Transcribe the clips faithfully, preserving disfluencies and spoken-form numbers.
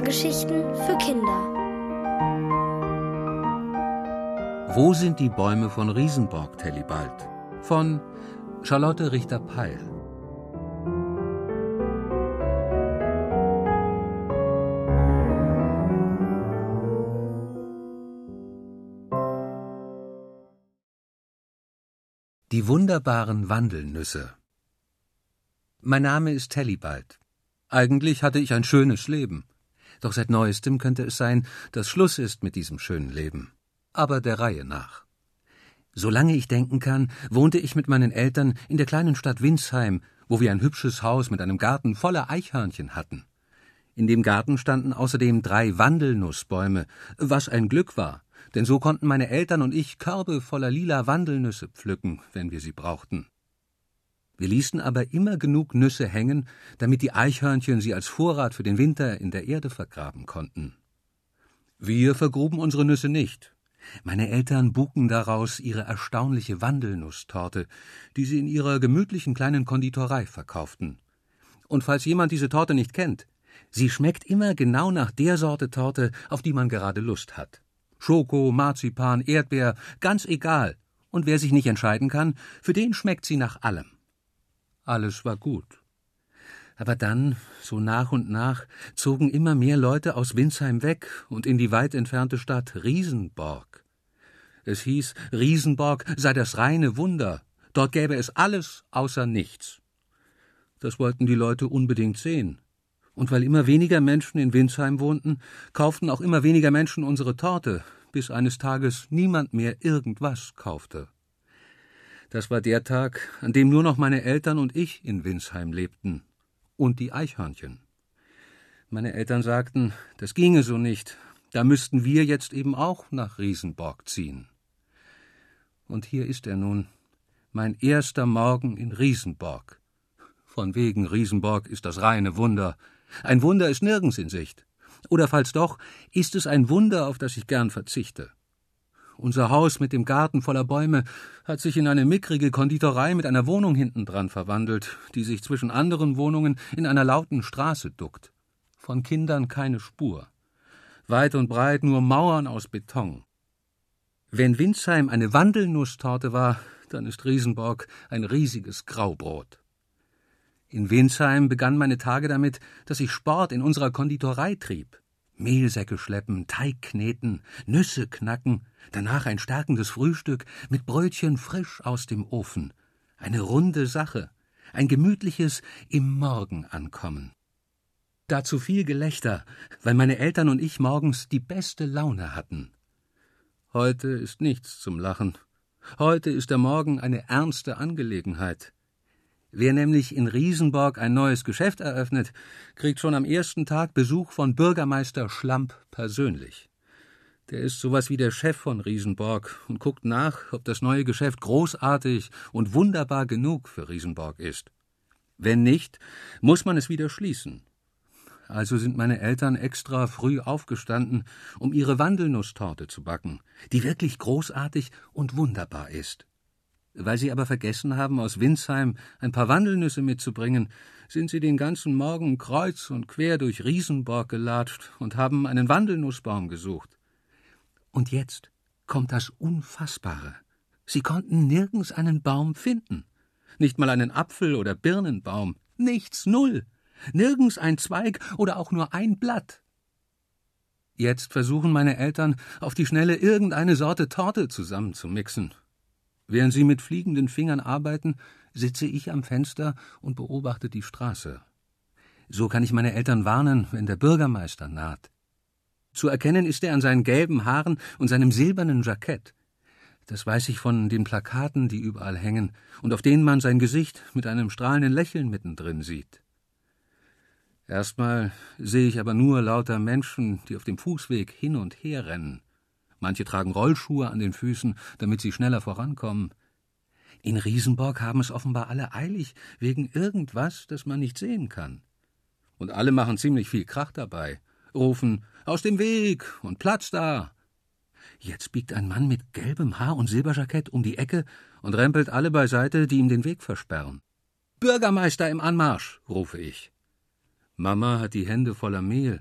Hörgeschichten für Kinder. Wo sind die Bäume von Riesenborg, Tellibald? Von Charlotte Richter-Peil. Die wunderbaren Wandelnüsse. Mein Name ist Tellibald. Eigentlich hatte ich ein schönes Leben. Doch seit Neuestem könnte es sein, dass Schluss ist mit diesem schönen Leben. Aber der Reihe nach. Solange ich denken kann, wohnte ich mit meinen Eltern in der kleinen Stadt Windsheim, wo wir ein hübsches Haus mit einem Garten voller Eichhörnchen hatten. In dem Garten standen außerdem drei Wandelnussbäume, was ein Glück war, denn so konnten meine Eltern und ich Körbe voller lila Wandelnüsse pflücken, wenn wir sie brauchten. Wir ließen aber immer genug Nüsse hängen, damit die Eichhörnchen sie als Vorrat für den Winter in der Erde vergraben konnten. Wir vergruben unsere Nüsse nicht. Meine Eltern buken daraus ihre erstaunliche Wandelnusstorte, die sie in ihrer gemütlichen kleinen Konditorei verkauften. Und falls jemand diese Torte nicht kennt, sie schmeckt immer genau nach der Sorte Torte, auf die man gerade Lust hat. Schoko, Marzipan, Erdbeer, ganz egal. Und wer sich nicht entscheiden kann, für den schmeckt sie nach allem. Alles war gut. Aber dann, so nach und nach, zogen immer mehr Leute aus Windsheim weg und in die weit entfernte Stadt Riesenborg. Es hieß, Riesenborg sei das reine Wunder, dort gäbe es alles außer nichts. Das wollten die Leute unbedingt sehen. Und weil immer weniger Menschen in Windsheim wohnten, kauften auch immer weniger Menschen unsere Torte, bis eines Tages niemand mehr irgendwas kaufte. Das war der Tag, an dem nur noch meine Eltern und ich in Windsheim lebten. Und die Eichhörnchen. Meine Eltern sagten, das ginge so nicht, da müssten wir jetzt eben auch nach Riesenborg ziehen. Und hier ist er nun, mein erster Morgen in Riesenborg. Von wegen Riesenborg ist das reine Wunder. Ein Wunder ist nirgends in Sicht. Oder falls doch, ist es ein Wunder, auf das ich gern verzichte. Unser Haus mit dem Garten voller Bäume hat sich in eine mickrige Konditorei mit einer Wohnung hintendran verwandelt, die sich zwischen anderen Wohnungen in einer lauten Straße duckt. Von Kindern keine Spur. Weit und breit nur Mauern aus Beton. Wenn Windsheim eine Wandelnusstorte war, dann ist Riesenborg ein riesiges Graubrot. In Windsheim begannen meine Tage damit, dass ich Sport in unserer Konditorei trieb. Mehlsäcke schleppen, Teig kneten, Nüsse knacken, danach ein stärkendes Frühstück mit Brötchen frisch aus dem Ofen. Eine runde Sache, ein gemütliches im Morgen ankommen. Dazu viel Gelächter, weil meine Eltern und ich morgens die beste Laune hatten. Heute ist nichts zum Lachen. Heute ist der Morgen eine ernste Angelegenheit. Wer nämlich in Riesenborg ein neues Geschäft eröffnet, kriegt schon am ersten Tag Besuch von Bürgermeister Schlamp persönlich. Der ist sowas wie der Chef von Riesenborg und guckt nach, ob das neue Geschäft großartig und wunderbar genug für Riesenborg ist. Wenn nicht, muss man es wieder schließen. Also sind meine Eltern extra früh aufgestanden, um ihre Wandelnusstorte zu backen, die wirklich großartig und wunderbar ist. Weil sie aber vergessen haben, aus Windsheim ein paar Wandelnüsse mitzubringen, sind sie den ganzen Morgen kreuz und quer durch Riesenborg gelatscht und haben einen Wandelnussbaum gesucht. Und jetzt kommt das Unfassbare. Sie konnten nirgends einen Baum finden. Nicht mal einen Apfel- oder Birnenbaum. Nichts, null. Nirgends ein Zweig oder auch nur ein Blatt. Jetzt versuchen meine Eltern, auf die Schnelle irgendeine Sorte Torte zusammenzumixen. Während sie mit fliegenden Fingern arbeiten, sitze ich am Fenster und beobachte die Straße. So kann ich meine Eltern warnen, wenn der Bürgermeister naht. Zu erkennen ist er an seinen gelben Haaren und seinem silbernen Jackett. Das weiß ich von den Plakaten, die überall hängen und auf denen man sein Gesicht mit einem strahlenden Lächeln mittendrin sieht. Erstmal sehe ich aber nur lauter Menschen, die auf dem Fußweg hin und her rennen. Manche tragen Rollschuhe an den Füßen, damit sie schneller vorankommen. In Riesenborg haben es offenbar alle eilig, wegen irgendwas, das man nicht sehen kann. Und alle machen ziemlich viel Krach dabei, rufen »Aus dem Weg« und »Platz da«. Jetzt biegt ein Mann mit gelbem Haar und Silberjackett um die Ecke und rempelt alle beiseite, die ihm den Weg versperren. »Bürgermeister im Anmarsch«, rufe ich. Mama hat die Hände voller Mehl.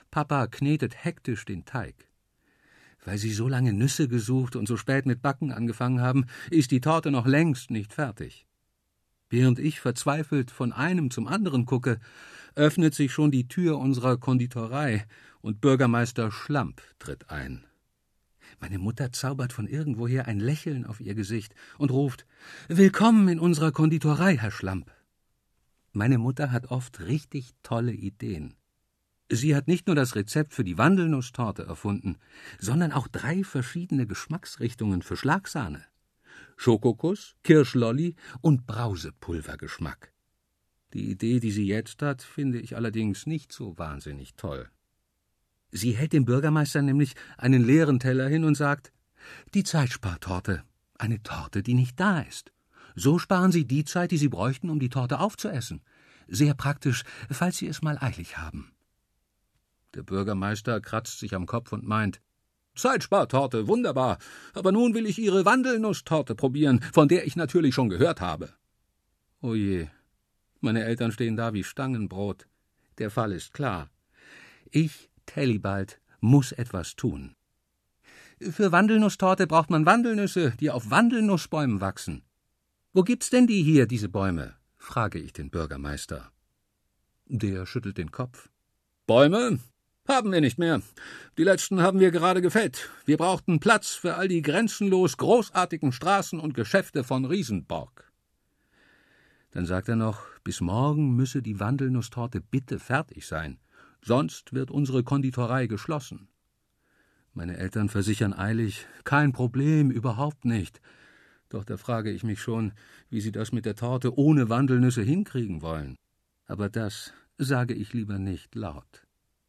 Papa knetet hektisch den Teig. Weil Sie so lange Nüsse gesucht und so spät mit Backen angefangen haben, ist die Torte noch längst nicht fertig. Während ich verzweifelt von einem zum anderen gucke, öffnet sich schon die Tür unserer Konditorei und Bürgermeister Schlamp tritt ein. Meine Mutter zaubert von irgendwoher ein Lächeln auf ihr Gesicht und ruft: »Willkommen in unserer Konditorei, Herr Schlamp.« Meine Mutter hat oft richtig tolle Ideen. Sie hat nicht nur das Rezept für die Wandelnusstorte erfunden, sondern auch drei verschiedene Geschmacksrichtungen für Schlagsahne: Schokokuss, Kirschlolli und Brausepulvergeschmack. Die Idee, die sie jetzt hat, finde ich allerdings nicht so wahnsinnig toll. Sie hält dem Bürgermeister nämlich einen leeren Teller hin und sagt: »Die Zeitspartorte, eine Torte, die nicht da ist. So sparen Sie die Zeit, die Sie bräuchten, um die Torte aufzuessen. Sehr praktisch, falls Sie es mal eilig haben.« Der Bürgermeister kratzt sich am Kopf und meint: »Zeitspartorte, wunderbar, aber nun will ich Ihre Wandelnusstorte probieren, von der ich natürlich schon gehört habe.« Oh je, meine Eltern stehen da wie Stangenbrot. Der Fall ist klar. Ich, Tellibald, muss etwas tun. Für Wandelnusstorte braucht man Wandelnüsse, die auf Wandelnussbäumen wachsen. »Wo gibt's denn die hier, diese Bäume?« frage ich den Bürgermeister. Der schüttelt den Kopf. »Bäume haben wir nicht mehr. Die letzten haben wir gerade gefällt. Wir brauchten Platz für all die grenzenlos großartigen Straßen und Geschäfte von Riesenborg.« Dann sagt er noch, bis morgen müsse die Wandelnusstorte bitte fertig sein, sonst wird unsere Konditorei geschlossen. Meine Eltern versichern eilig, kein Problem, überhaupt nicht. Doch da frage ich mich schon, wie sie das mit der Torte ohne Wandelnüsse hinkriegen wollen. Aber das sage ich lieber nicht laut.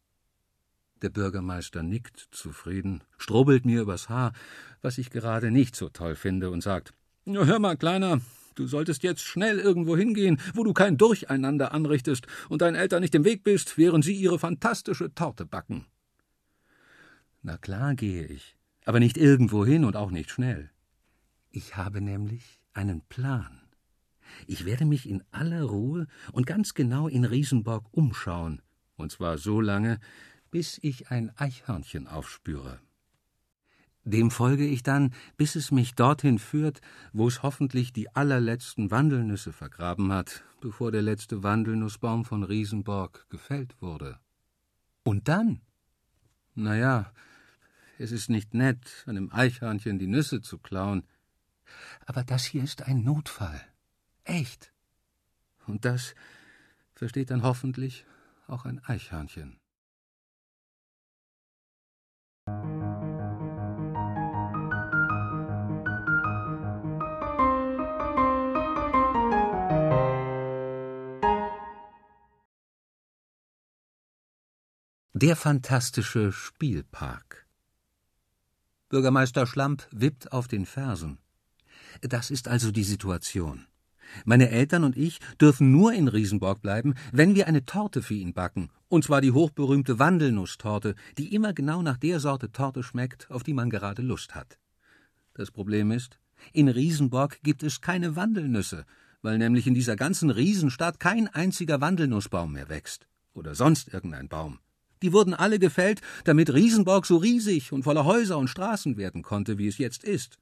Der Bürgermeister nickt zufrieden, strubbelt mir übers Haar, was ich gerade nicht so toll finde, und sagt: »Hör mal, Kleiner, du solltest jetzt schnell irgendwo hingehen, wo du kein Durcheinander anrichtest und deinen Eltern nicht im Weg bist, während sie ihre fantastische Torte backen.« Na klar gehe ich, aber nicht irgendwo hin und auch nicht schnell. Ich habe nämlich einen Plan. Ich werde mich in aller Ruhe und ganz genau in Riesenborg umschauen, und zwar so lange, bis ich ein Eichhörnchen aufspüre. Dem folge ich dann, bis es mich dorthin führt, wo es hoffentlich die allerletzten Wandelnüsse vergraben hat, bevor der letzte Wandelnussbaum von Riesenborg gefällt wurde. Und dann? Na ja, es ist nicht nett, einem Eichhörnchen die Nüsse zu klauen, aber das hier ist ein Notfall. Echt. Und das versteht dann hoffentlich auch ein Eichhörnchen. Der fantastische Spielpark. Bürgermeister Schlamp wippt auf den Fersen. Das ist also die Situation. Meine Eltern und ich dürfen nur in Riesenborg bleiben, wenn wir eine Torte für ihn backen, und zwar die hochberühmte Wandelnusstorte, die immer genau nach der Sorte Torte schmeckt, auf die man gerade Lust hat. Das Problem ist, in Riesenborg gibt es keine Wandelnüsse, weil nämlich in dieser ganzen Riesenstadt kein einziger Wandelnussbaum mehr wächst. Oder sonst irgendein Baum. Die wurden alle gefällt, damit Riesenborg so riesig und voller Häuser und Straßen werden konnte, wie es jetzt ist.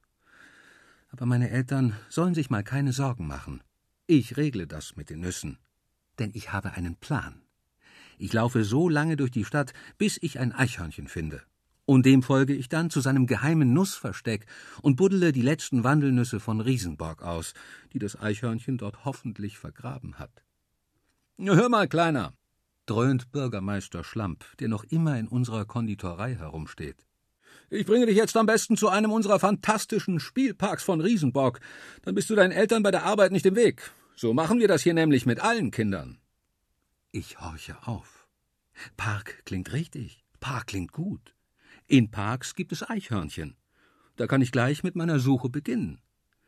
Aber meine Eltern sollen sich mal keine Sorgen machen. Ich regle das mit den Nüssen. Denn ich habe einen Plan. Ich laufe so lange durch die Stadt, bis ich ein Eichhörnchen finde. Und dem folge ich dann zu seinem geheimen Nussversteck und buddele die letzten Wandelnüsse von Riesenborg aus, die das Eichhörnchen dort hoffentlich vergraben hat. »Hör mal, Kleiner«, dröhnt Bürgermeister Schlamp, der noch immer in unserer Konditorei herumsteht. »Ich bringe dich jetzt am besten zu einem unserer fantastischen Spielparks von Riesenborg. Dann bist du deinen Eltern bei der Arbeit nicht im Weg. So machen wir das hier nämlich mit allen Kindern.« Ich horche auf. Park klingt richtig, Park klingt gut. In Parks gibt es Eichhörnchen. Da kann ich gleich mit meiner Suche beginnen.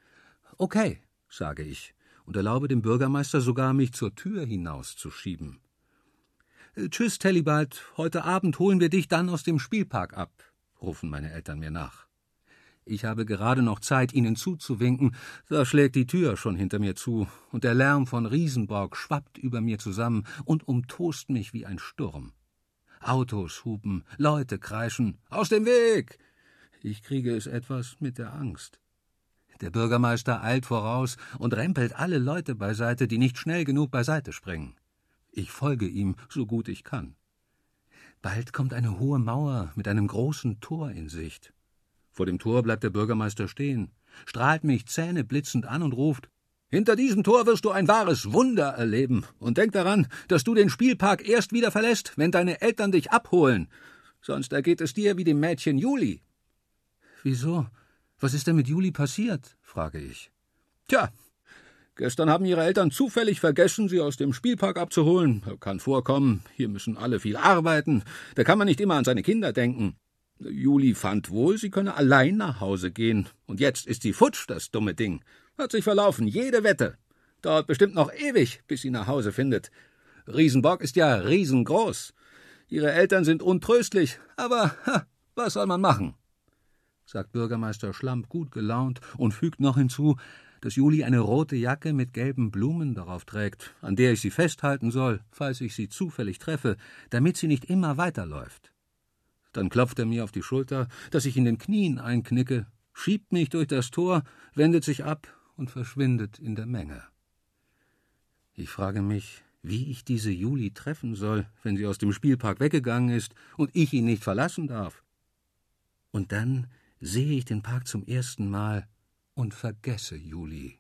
»Okay«, sage ich und erlaube dem Bürgermeister sogar, mich zur Tür hinauszuschieben. »Tschüss, Tellibald, heute Abend holen wir dich dann aus dem Spielpark ab«, rufen meine Eltern mir nach. Ich habe gerade noch Zeit, ihnen zuzuwinken, da schlägt die Tür schon hinter mir zu, und der Lärm von Riesenborg schwappt über mir zusammen und umtost mich wie ein Sturm. Autos hupen, Leute kreischen. »Aus dem Weg!« Ich kriege es etwas mit der Angst. Der Bürgermeister eilt voraus und rempelt alle Leute beiseite, die nicht schnell genug beiseite springen. Ich folge ihm, so gut ich kann. Bald kommt eine hohe Mauer mit einem großen Tor in Sicht. Vor dem Tor bleibt der Bürgermeister stehen, strahlt mich zähneblitzend an und ruft: »Hinter diesem Tor wirst du ein wahres Wunder erleben. Und denk daran, dass du den Spielpark erst wieder verlässt, wenn deine Eltern dich abholen. Sonst ergeht es dir wie dem Mädchen Juli.« »Wieso? Was ist denn mit Juli passiert?« frage ich. »Tja, gestern haben ihre Eltern zufällig vergessen, sie aus dem Spielpark abzuholen. Kann vorkommen, hier müssen alle viel arbeiten. Da kann man nicht immer an seine Kinder denken. Juli fand wohl, sie könne allein nach Hause gehen. Und jetzt ist sie futsch, das dumme Ding. Hat sich verlaufen, jede Wette. Dauert bestimmt noch ewig, bis sie nach Hause findet. Riesenborg ist ja riesengroß. Ihre Eltern sind untröstlich, aber ha, was soll man machen?« sagt Bürgermeister Schlamp gut gelaunt und fügt noch hinzu, dass Juli eine rote Jacke mit gelben Blumen darauf trägt, an der ich sie festhalten soll, falls ich sie zufällig treffe, damit sie nicht immer weiterläuft. Dann klopft er mir auf die Schulter, dass ich in den Knien einknicke, schiebt mich durch das Tor, wendet sich ab und verschwindet in der Menge. Ich frage mich, wie ich diese Juli treffen soll, wenn sie aus dem Spielpark weggegangen ist und ich ihn nicht verlassen darf. Und dann sehe ich den Park zum ersten Mal und vergesse Juli.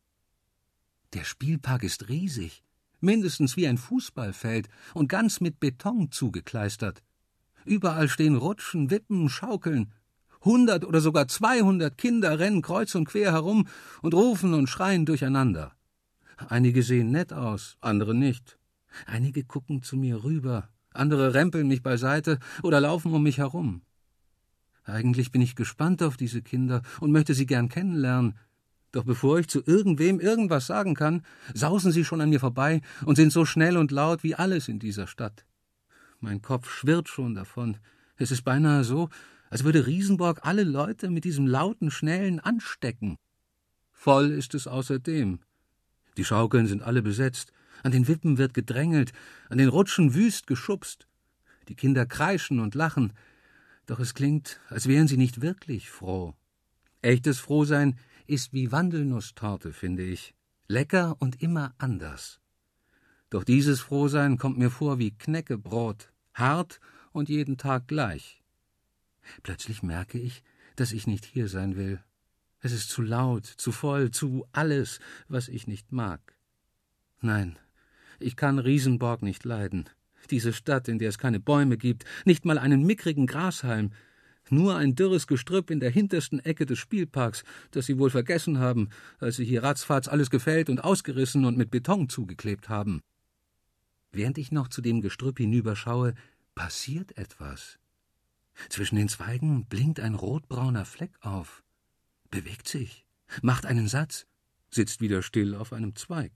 Der Spielpark ist riesig, mindestens wie ein Fußballfeld und ganz mit Beton zugekleistert. Überall stehen Rutschen, Wippen, Schaukeln. Hundert oder sogar zweihundert Kinder rennen kreuz und quer herum und rufen und schreien durcheinander. Einige sehen nett aus, andere nicht. Einige gucken zu mir rüber, andere rempeln mich beiseite oder laufen um mich herum. Eigentlich bin ich gespannt auf diese Kinder und möchte sie gern kennenlernen. Doch bevor ich zu irgendwem irgendwas sagen kann, sausen sie schon an mir vorbei und sind so schnell und laut wie alles in dieser Stadt. Mein Kopf schwirrt schon davon. Es ist beinahe so, als würde Riesenborg alle Leute mit diesem lauten, schnellen anstecken. Voll ist es außerdem. Die Schaukeln sind alle besetzt, an den Wippen wird gedrängelt, an den Rutschen wüst geschubst. Die Kinder kreischen und lachen, doch es klingt, als wären sie nicht wirklich froh. Echtes Frohsein ist wie Wandelnusstorte, finde ich. Lecker und immer anders. Doch dieses Frohsein kommt mir vor wie Knäckebrot, hart und jeden Tag gleich. Plötzlich merke ich, dass ich nicht hier sein will. Es ist zu laut, zu voll, zu alles, was ich nicht mag. Nein, ich kann Riesenborg nicht leiden. Diese Stadt, in der es keine Bäume gibt, nicht mal einen mickrigen Grashalm, nur ein dürres Gestrüpp in der hintersten Ecke des Spielparks, das sie wohl vergessen haben, als sie hier ratzfatz alles gefällt und ausgerissen und mit Beton zugeklebt haben. Während ich noch zu dem Gestrüpp hinüberschaue, passiert etwas. Zwischen den Zweigen blinkt ein rotbrauner Fleck auf, bewegt sich, macht einen Satz, sitzt wieder still auf einem Zweig.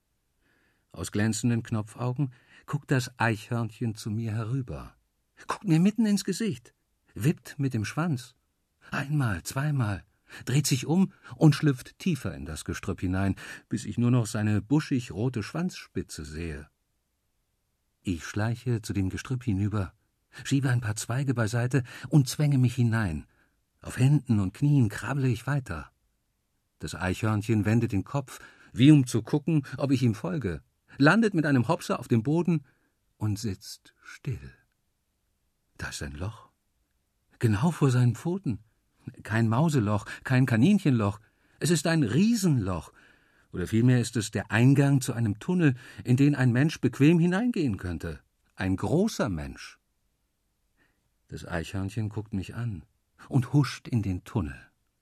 Aus glänzenden Knopfaugen guckt das Eichhörnchen zu mir herüber, guckt mir mitten ins Gesicht, wippt mit dem Schwanz. Einmal, zweimal, dreht sich um und schlüpft tiefer in das Gestrüpp hinein, bis ich nur noch seine buschig rote Schwanzspitze sehe. Ich schleiche zu dem Gestrüpp hinüber, schiebe ein paar Zweige beiseite und zwänge mich hinein. Auf Händen und Knien krabble ich weiter. Das Eichhörnchen wendet den Kopf, wie um zu gucken, ob ich ihm folge, landet mit einem Hopser auf dem Boden und sitzt still. Da ist ein Loch, genau vor seinen Pfoten. Kein Mauseloch, kein Kaninchenloch, es ist ein Riesenloch, oder vielmehr ist es der Eingang zu einem Tunnel, in den ein Mensch bequem hineingehen könnte. Ein großer Mensch. Das Eichhörnchen guckt mich an und huscht in den Tunnel.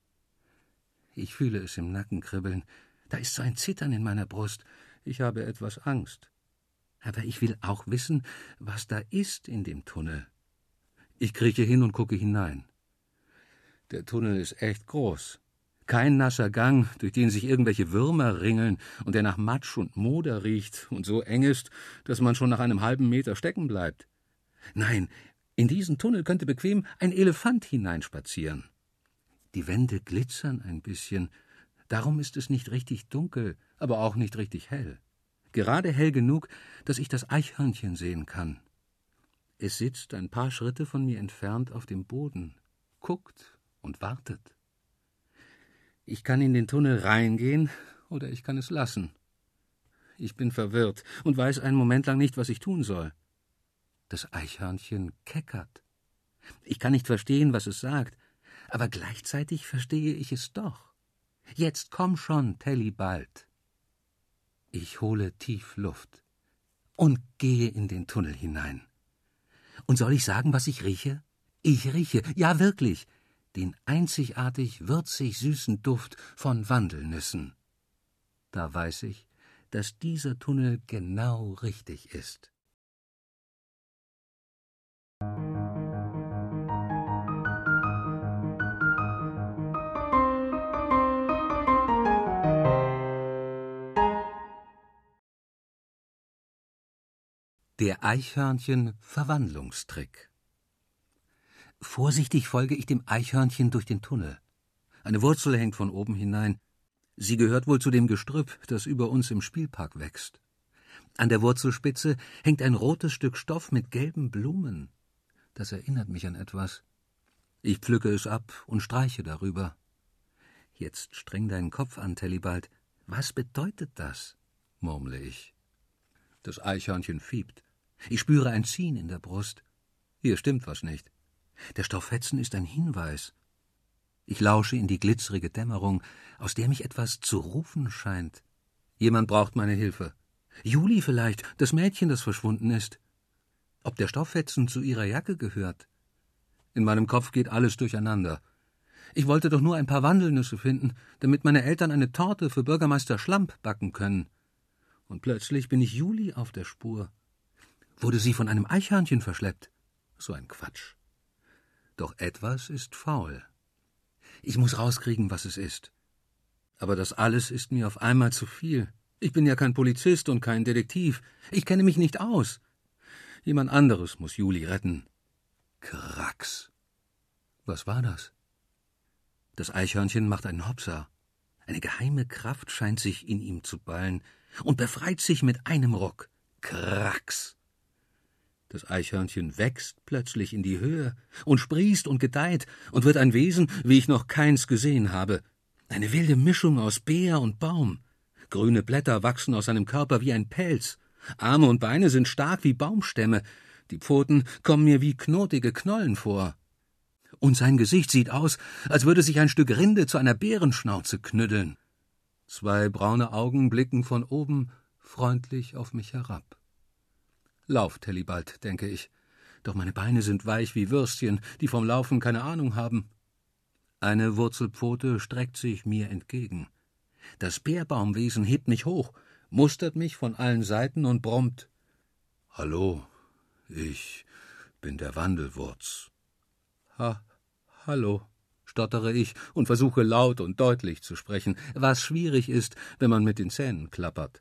Ich fühle es im Nacken kribbeln. Da ist so ein Zittern in meiner Brust. Ich habe etwas Angst. Aber ich will auch wissen, was da ist in dem Tunnel. Ich krieche hin und gucke hinein. Der Tunnel ist echt groß. Kein nasser Gang, durch den sich irgendwelche Würmer ringeln und der nach Matsch und Moder riecht und so eng ist, dass man schon nach einem halben Meter stecken bleibt. Nein, in diesen Tunnel könnte bequem ein Elefant hineinspazieren. Die Wände glitzern ein bisschen, darum ist es nicht richtig dunkel, aber auch nicht richtig hell. Gerade hell genug, dass ich das Eichhörnchen sehen kann. Es sitzt ein paar Schritte von mir entfernt auf dem Boden, guckt und wartet. Ich kann in den Tunnel reingehen oder ich kann es lassen. Ich bin verwirrt und weiß einen Moment lang nicht, was ich tun soll. Das Eichhörnchen keckert. Ich kann nicht verstehen, was es sagt, aber gleichzeitig verstehe ich es doch. Jetzt komm schon, Tellibald. Ich hole tief Luft und gehe in den Tunnel hinein. Und soll ich sagen, was ich rieche? Ich rieche, ja wirklich, den einzigartig würzig süßen Duft von Wandelnüssen. Da weiß ich, dass dieser Tunnel genau richtig ist. Der Eichhörnchen-Verwandlungstrick. Vorsichtig folge ich dem Eichhörnchen durch den Tunnel. Eine Wurzel hängt von oben hinein. Sie gehört wohl zu dem Gestrüpp, das über uns im Spielpark wächst. An der Wurzelspitze hängt ein rotes Stück Stoff mit gelben Blumen. Das erinnert mich an etwas. Ich pflücke es ab und streiche darüber. Jetzt streng deinen Kopf an, Tellibald. Was bedeutet das? Murmle ich. Das Eichhörnchen fiebt. Ich spüre ein Ziehen in der Brust. Hier stimmt was nicht. Der Stauffetzen ist ein Hinweis. Ich lausche in die glitzerige Dämmerung, aus der mich etwas zu rufen scheint. Jemand braucht meine Hilfe. Juli vielleicht, das Mädchen, das verschwunden ist. Ob der Stauffetzen zu ihrer Jacke gehört? In meinem Kopf geht alles durcheinander. Ich wollte doch nur ein paar Wandelnüsse finden, damit meine Eltern eine Torte für Bürgermeister Schlamp backen können. Und plötzlich bin ich Juli auf der Spur. Wurde sie von einem Eichhörnchen verschleppt? So ein Quatsch. Doch etwas ist faul. Ich muss rauskriegen, was es ist. Aber das alles ist mir auf einmal zu viel. Ich bin ja kein Polizist und kein Detektiv. Ich kenne mich nicht aus. Jemand anderes muss Juli retten. Krax. Was war das? Das Eichhörnchen macht einen Hopser. Eine geheime Kraft scheint sich in ihm zu ballen und befreit sich mit einem Ruck. Krax. Das Eichhörnchen wächst plötzlich in die Höhe und sprießt und gedeiht und wird ein Wesen, wie ich noch keins gesehen habe. Eine wilde Mischung aus Bär und Baum. Grüne Blätter wachsen aus seinem Körper wie ein Pelz. Arme und Beine sind stark wie Baumstämme. Die Pfoten kommen mir wie knotige Knollen vor. Und sein Gesicht sieht aus, als würde sich ein Stück Rinde zu einer Bärenschnauze knüddeln. Zwei braune Augen blicken von oben freundlich auf mich herab. Lauf, Tellibald, denke ich. Doch meine Beine sind weich wie Würstchen, die vom Laufen keine Ahnung haben. Eine Wurzelpfote streckt sich mir entgegen. Das Bärbaumwesen hebt mich hoch, mustert mich von allen Seiten und brummt. »Hallo, ich bin der Wandelwurz.« »Ha, hallo«, stottere ich und versuche laut und deutlich zu sprechen, was schwierig ist, wenn man mit den Zähnen klappert.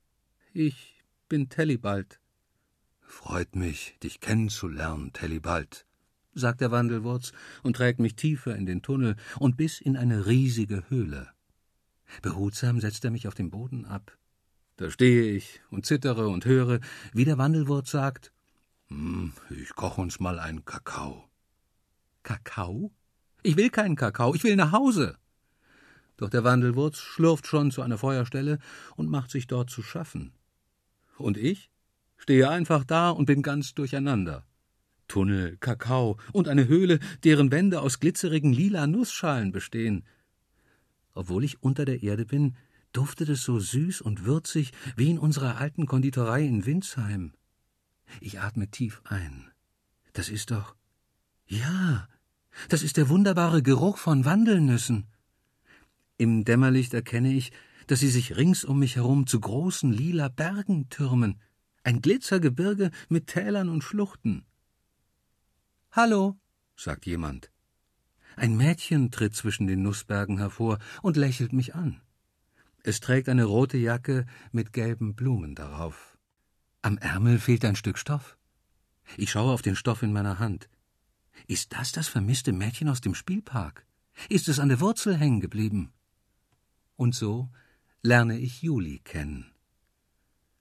»Ich bin Tellibald.« »Freut mich, dich kennenzulernen, Tellibald«, sagt der Wandelwurz und trägt mich tiefer in den Tunnel und bis in eine riesige Höhle. Behutsam setzt er mich auf den Boden ab. Da stehe ich und zittere und höre, wie der Wandelwurz sagt, »Hm, ich koche uns mal einen Kakao.« »Kakao? Ich will keinen Kakao, ich will nach Hause.« Doch der Wandelwurz schlurft schon zu einer Feuerstelle und macht sich dort zu schaffen. Und ich stehe einfach da und bin ganz durcheinander. Tunnel, Kakao und eine Höhle, deren Wände aus glitzerigen lila Nussschalen bestehen. Obwohl ich unter der Erde bin, duftet es so süß und würzig wie in unserer alten Konditorei in Windsheim. Ich atme tief ein. Das ist doch... Ja, das ist der wunderbare Geruch von Wandelnüssen. Im Dämmerlicht erkenne ich, dass sie sich rings um mich herum zu großen lila Bergen türmen. Ein Glitzergebirge mit Tälern und Schluchten. »Hallo«, sagt jemand. Ein Mädchen tritt zwischen den Nussbergen hervor und lächelt mich an. Es trägt eine rote Jacke mit gelben Blumen darauf. Am Ärmel fehlt ein Stück Stoff. Ich schaue auf den Stoff in meiner Hand. Ist das das vermisste Mädchen aus dem Spielpark? Ist es an der Wurzel hängen geblieben? Und so lerne ich Juli kennen.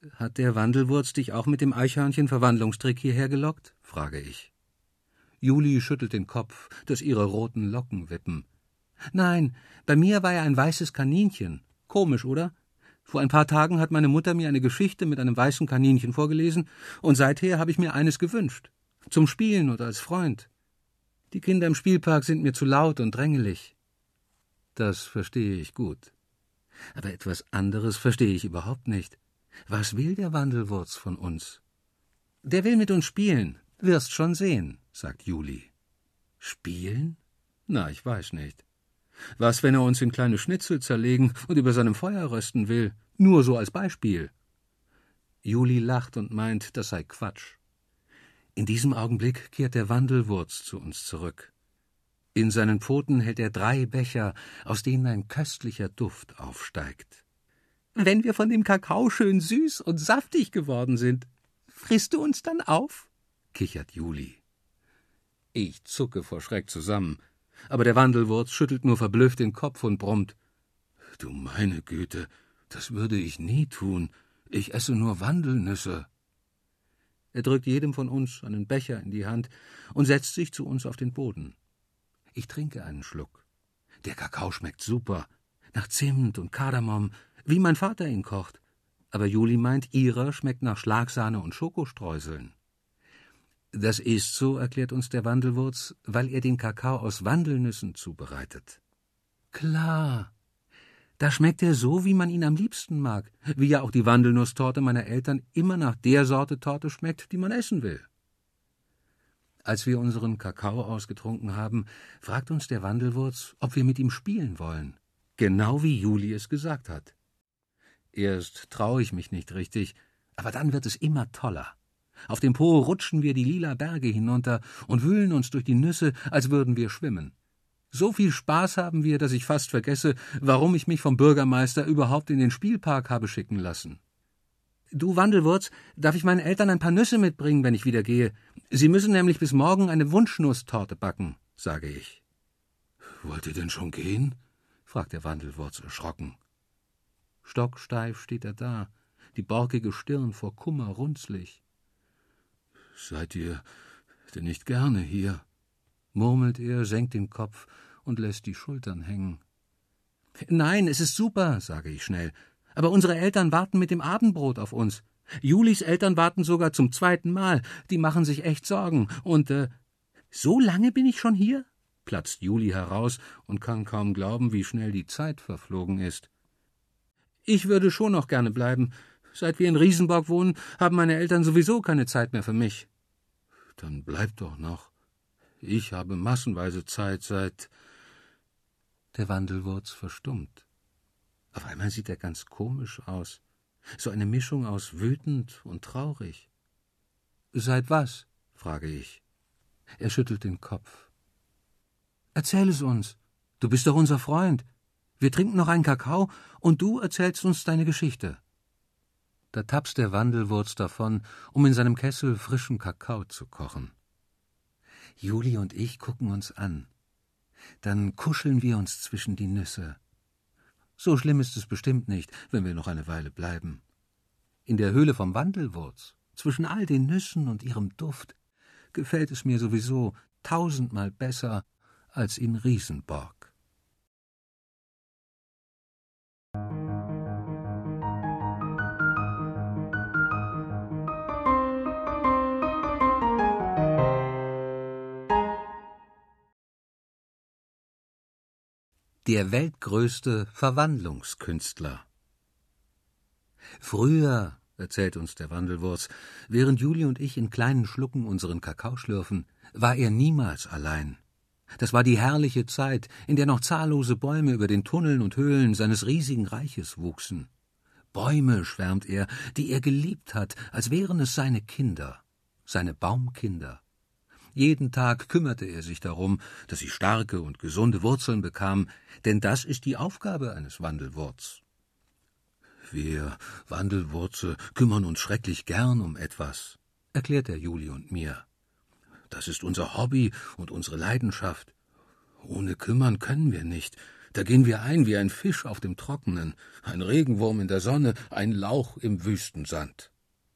Hat der Wandelwurz dich auch mit dem Eichhörnchen-Verwandlungstrick hierher gelockt? Frage ich. Juli schüttelt den Kopf, dass ihre roten Locken wippen. Nein, bei mir war er ein weißes Kaninchen. Komisch, oder? Vor ein paar Tagen hat meine Mutter mir eine Geschichte mit einem weißen Kaninchen vorgelesen, und seither habe ich mir eines gewünscht. Zum Spielen oder als Freund. Die Kinder im Spielpark sind mir zu laut und drängelig. Das verstehe ich gut. Aber etwas anderes verstehe ich überhaupt nicht. Was will der Wandelwurz von uns? Der will mit uns spielen. Wirst schon sehen, sagt Juli. Spielen? Na, ich weiß nicht. Was, wenn er uns in kleine Schnitzel zerlegen und über seinem Feuer rösten will? Nur so als Beispiel. Juli lacht und meint, das sei Quatsch. In diesem Augenblick kehrt der Wandelwurz zu uns zurück. In seinen Pfoten hält er drei Becher, aus denen ein köstlicher Duft aufsteigt. Wenn wir von dem Kakao schön süß und saftig geworden sind, frisst du uns dann auf? Kichert Juli. Ich zucke vor Schreck zusammen, aber der Wandelwurz schüttelt nur verblüfft den Kopf und brummt. Du meine Güte, das würde ich nie tun. Ich esse nur Wandelnüsse. Er drückt jedem von uns einen Becher in die Hand und setzt sich zu uns auf den Boden. Ich trinke einen Schluck. Der Kakao schmeckt super, nach Zimt und Kardamom, wie mein Vater ihn kocht. Aber Juli meint, ihrer schmeckt nach Schlagsahne und Schokostreuseln. Das ist so, erklärt uns der Wandelwurz, weil er den Kakao aus Wandelnüssen zubereitet. Klar, da schmeckt er so, wie man ihn am liebsten mag, wie ja auch die Wandelnusstorte meiner Eltern immer nach der Sorte Torte schmeckt, die man essen will. Als wir unseren Kakao ausgetrunken haben, fragt uns der Wandelwurz, ob wir mit ihm spielen wollen. Genau wie Juli es gesagt hat. Erst traue ich mich nicht richtig, aber dann wird es immer toller. Auf dem Po rutschen wir die lila Berge hinunter und wühlen uns durch die Nüsse, als würden wir schwimmen. So viel Spaß haben wir, dass ich fast vergesse, warum ich mich vom Bürgermeister überhaupt in den Spielpark habe schicken lassen. Du Wandelwurz, darf ich meinen Eltern ein paar Nüsse mitbringen, wenn ich wieder gehe? Sie müssen nämlich bis morgen eine Wunschnusstorte backen, sage ich. Wollt ihr denn schon gehen? Fragt der Wandelwurz erschrocken. Stocksteif steht er da, die borkige Stirn vor Kummer runzlig. Seid ihr denn nicht gerne hier? Murmelt er, senkt den Kopf und lässt die Schultern hängen. Nein, es ist super, sage ich schnell. Aber unsere Eltern warten mit dem Abendbrot auf uns. Julis Eltern warten sogar zum zweiten Mal. Die machen sich echt Sorgen. Und, äh, so lange bin ich schon hier? Platzt Juli heraus und kann kaum glauben, wie schnell die Zeit verflogen ist. Ich würde schon noch gerne bleiben. Seit wir in Riesenborg wohnen, haben meine Eltern sowieso keine Zeit mehr für mich. Dann bleib doch noch. Ich habe massenweise Zeit seit... Der Wandelwurz verstummt. Auf einmal sieht er ganz komisch aus. So eine Mischung aus wütend und traurig. Seit was? Frage ich. Er schüttelt den Kopf. Erzähl es uns. Du bist doch unser Freund. Wir trinken noch einen Kakao und du erzählst uns deine Geschichte. Da tapst der Wandelwurz davon, um in seinem Kessel frischen Kakao zu kochen. Juli und ich gucken uns an. Dann kuscheln wir uns zwischen die Nüsse. So schlimm ist es bestimmt nicht, wenn wir noch eine Weile bleiben. In der Höhle vom Wandelwurz, zwischen all den Nüssen und ihrem Duft, gefällt es mir sowieso tausendmal besser als in Riesenborg. Der weltgrößte Verwandlungskünstler. Früher, erzählt uns der Wandelwurz, während Juli und ich in kleinen Schlucken unseren Kakao schlürfen, war er niemals allein. Das war die herrliche Zeit, in der noch zahllose Bäume über den Tunneln und Höhlen seines riesigen Reiches wuchsen. Bäume, schwärmt er, die er geliebt hat, als wären es seine Kinder, seine Baumkinder. Jeden Tag kümmerte er sich darum, dass sie starke und gesunde Wurzeln bekamen, denn das ist die Aufgabe eines Wandelwurz. Wir Wandelwurze kümmern uns schrecklich gern um etwas, erklärt er Juli und mir. Das ist unser Hobby und unsere Leidenschaft. Ohne kümmern können wir nicht. Da gehen wir ein wie ein Fisch auf dem Trockenen, ein Regenwurm in der Sonne, ein Lauch im Wüstensand.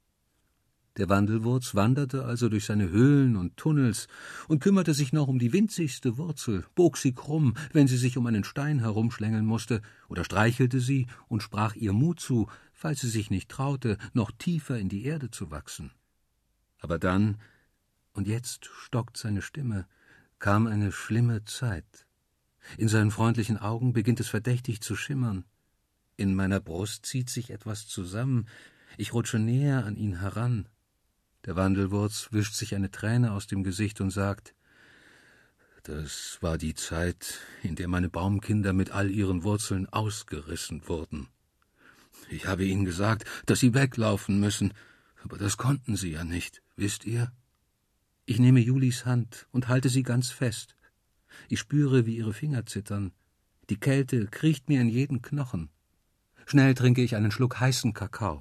Der Wandelwurz wanderte also durch seine Höhlen und Tunnels und kümmerte sich noch um die winzigste Wurzel, bog sie krumm, wenn sie sich um einen Stein herumschlängeln musste, oder streichelte sie und sprach ihr Mut zu, falls sie sich nicht traute, noch tiefer in die Erde zu wachsen. Aber dann, und jetzt stockt seine Stimme, kam eine schlimme Zeit. In seinen freundlichen Augen beginnt es verdächtig zu schimmern. In meiner Brust zieht sich etwas zusammen, ich rutsche näher an ihn heran. Der Wandelwurz wischt sich eine Träne aus dem Gesicht und sagt, das war die Zeit, in der meine Baumkinder mit all ihren Wurzeln ausgerissen wurden. Ich habe ihnen gesagt, dass sie weglaufen müssen, aber das konnten sie ja nicht, wisst ihr? Ich nehme Julis Hand und halte sie ganz fest. Ich spüre, wie ihre Finger zittern. Die Kälte kriecht mir in jeden Knochen. Schnell trinke ich einen Schluck heißen Kakao.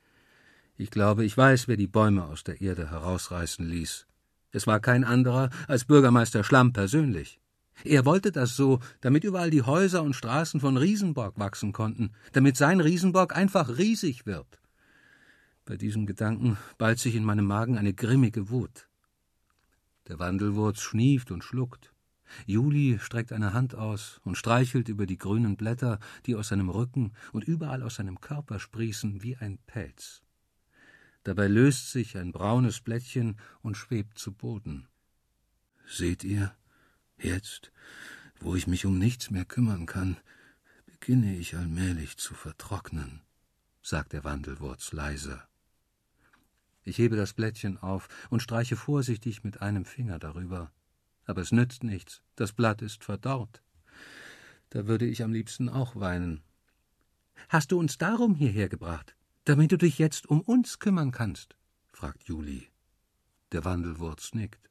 Ich glaube, ich weiß, wer die Bäume aus der Erde herausreißen ließ. Es war kein anderer als Bürgermeister Schlamm persönlich. Er wollte das so, damit überall die Häuser und Straßen von Riesenborg wachsen konnten, damit sein Riesenborg einfach riesig wird. Bei diesem Gedanken ballt sich in meinem Magen eine grimmige Wut. Der Wandelwurz schnieft und schluckt. Juli streckt eine Hand aus und streichelt über die grünen Blätter, die aus seinem Rücken und überall aus seinem Körper sprießen wie ein Pelz. Dabei löst sich ein braunes Blättchen und schwebt zu Boden. Seht ihr, jetzt, wo ich mich um nichts mehr kümmern kann, beginne ich allmählich zu vertrocknen, sagt der Wandelwurz leise. Ich hebe das Blättchen auf und streiche vorsichtig mit einem Finger darüber. Aber es nützt nichts, das Blatt ist verdorrt. Da würde ich am liebsten auch weinen. »Hast du uns darum hierher gebracht, damit du dich jetzt um uns kümmern kannst?« fragt Juli. Der Wandelwurz nickt.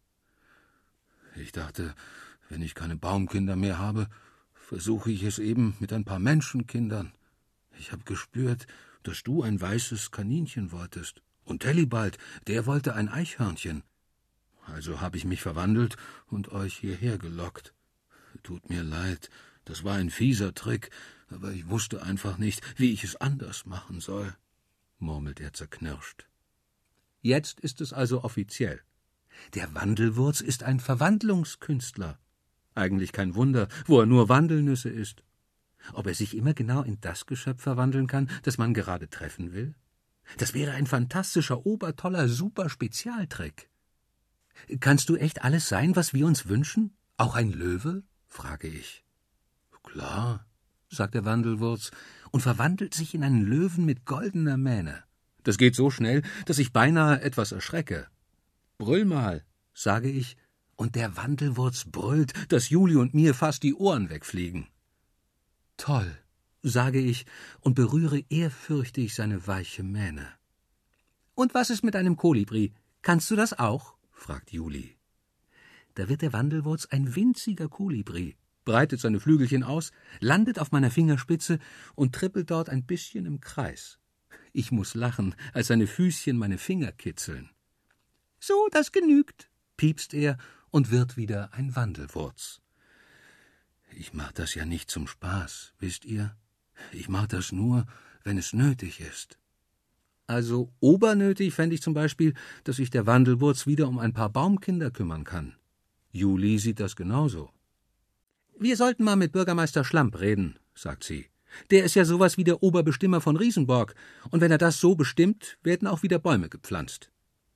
»Ich dachte, wenn ich keine Baumkinder mehr habe, versuche ich es eben mit ein paar Menschenkindern. Ich habe gespürt, dass du ein weißes Kaninchen wolltest, und Tellibald, der wollte ein Eichhörnchen. Also habe ich mich verwandelt und euch hierher gelockt. Tut mir leid, das war ein fieser Trick, aber ich wusste einfach nicht, wie ich es anders machen soll«, murmelt er zerknirscht. Jetzt ist es also offiziell. Der Wandelwurz ist ein Verwandlungskünstler. Eigentlich kein Wunder, wo er nur Wandelnüsse isst. Ob er sich immer genau in das Geschöpf verwandeln kann, das man gerade treffen will? Das wäre ein fantastischer, obertoller, super Spezialtrick. »Kannst du echt alles sein, was wir uns wünschen? Auch ein Löwe?« frage ich. »Klar«, sagt der Wandelwurz und verwandelt sich in einen Löwen mit goldener Mähne. Das geht so schnell, dass ich beinahe etwas erschrecke. »Brüll mal«, sage ich, und der Wandelwurz brüllt, dass Juli und mir fast die Ohren wegfliegen. »Toll«, sage ich und berühre ehrfürchtig seine weiche Mähne. »Und was ist mit einem Kolibri? Kannst du das auch?« fragt Juli. Da wird der Wandelwurz ein winziger Kolibri, breitet seine Flügelchen aus, landet auf meiner Fingerspitze und trippelt dort ein bisschen im Kreis. Ich muss lachen, als seine Füßchen meine Finger kitzeln. »So, das genügt«, piepst er und wird wieder ein Wandelwurz. Ich mach das ja nicht zum Spaß, wisst ihr? Ich mach das nur, wenn es nötig ist. Also obernötig fände ich zum Beispiel, dass sich der Wandelwurz wieder um ein paar Baumkinder kümmern kann. Juli sieht das genauso. »Wir sollten mal mit Bürgermeister Schlamp reden«, sagt sie. »Der ist ja sowas wie der Oberbestimmer von Riesenborg, und wenn er das so bestimmt, werden auch wieder Bäume gepflanzt.«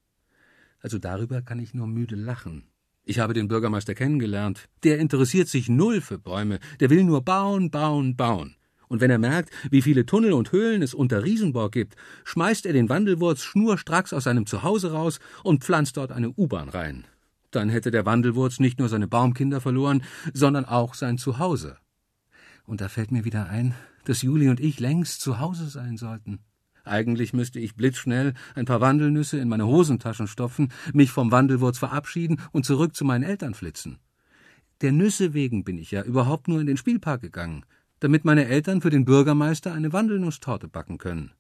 Also darüber kann ich nur müde lachen. Ich habe den Bürgermeister kennengelernt. Der interessiert sich null für Bäume, der will nur bauen, bauen, bauen. Und wenn er merkt, wie viele Tunnel und Höhlen es unter Riesenborg gibt, schmeißt er den Wandelwurz schnurstracks aus seinem Zuhause raus und pflanzt dort eine U-Bahn rein. Dann hätte der Wandelwurz nicht nur seine Baumkinder verloren, sondern auch sein Zuhause. Und da fällt mir wieder ein, dass Juli und ich längst zu Hause sein sollten. Eigentlich müsste ich blitzschnell ein paar Wandelnüsse in meine Hosentaschen stopfen, mich vom Wandelwurz verabschieden und zurück zu meinen Eltern flitzen. Der Nüsse wegen bin ich ja überhaupt nur in den Spielpark gegangen, damit meine Eltern für den Bürgermeister eine Wandelnusstorte backen können.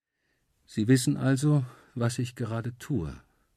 Sie wissen also, was ich gerade tue.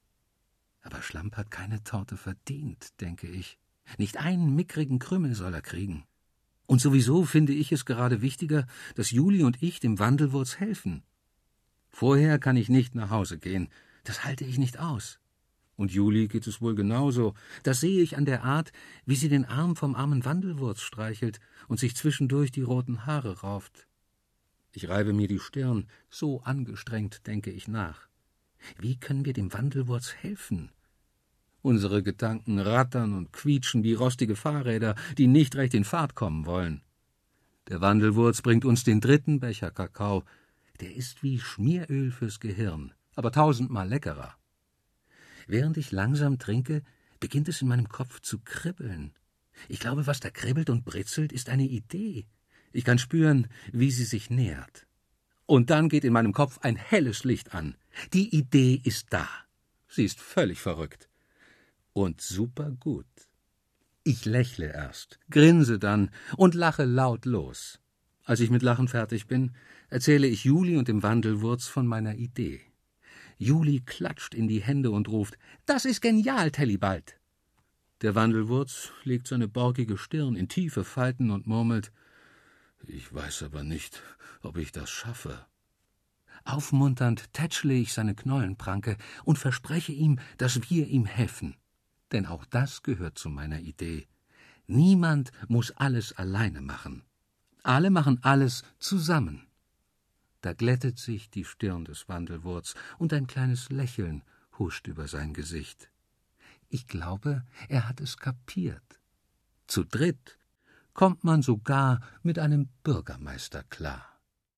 Aber Schlamp hat keine Torte verdient, denke ich. Nicht einen mickrigen Krümel soll er kriegen. Und sowieso finde ich es gerade wichtiger, dass Juli und ich dem Wandelwurz helfen. Vorher kann ich nicht nach Hause gehen, das halte ich nicht aus. Und Juli geht es wohl genauso. Das sehe ich an der Art, wie sie den Arm vom armen Wandelwurz streichelt und sich zwischendurch die roten Haare rauft. Ich reibe mir die Stirn, so angestrengt denke ich nach. Wie können wir dem Wandelwurz helfen? Unsere Gedanken rattern und quietschen wie rostige Fahrräder, die nicht recht in Fahrt kommen wollen. Der Wandelwurz bringt uns den dritten Becher Kakao. Der ist wie Schmieröl fürs Gehirn, aber tausendmal leckerer. Während ich langsam trinke, beginnt es in meinem Kopf zu kribbeln. Ich glaube, was da kribbelt und britzelt, ist eine Idee. Ich kann spüren, wie sie sich nähert. Und dann geht in meinem Kopf ein helles Licht an. Die Idee ist da. Sie ist völlig verrückt. Und supergut. Ich lächle erst, grinse dann und lache laut los. Als ich mit Lachen fertig bin, erzähle ich Juli und dem Wandelwurz von meiner Idee. Juli klatscht in die Hände und ruft, »Das ist genial, Tellibald!« Der Wandelwurz legt seine borkige Stirn in tiefe Falten und murmelt, »Ich weiß aber nicht, ob ich das schaffe.« Aufmunternd tätschle ich seine Knollenpranke und verspreche ihm, dass wir ihm helfen. Denn auch das gehört zu meiner Idee. Niemand muss alles alleine machen. Alle machen alles zusammen. Da glättet sich die Stirn des Wandelwurz und ein kleines Lächeln huscht über sein Gesicht. Ich glaube, er hat es kapiert. Zu dritt kommt man sogar mit einem Bürgermeister klar.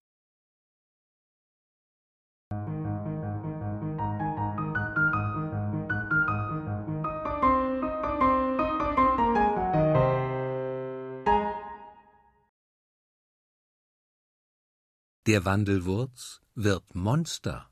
Der Wandelwurz wird Monster.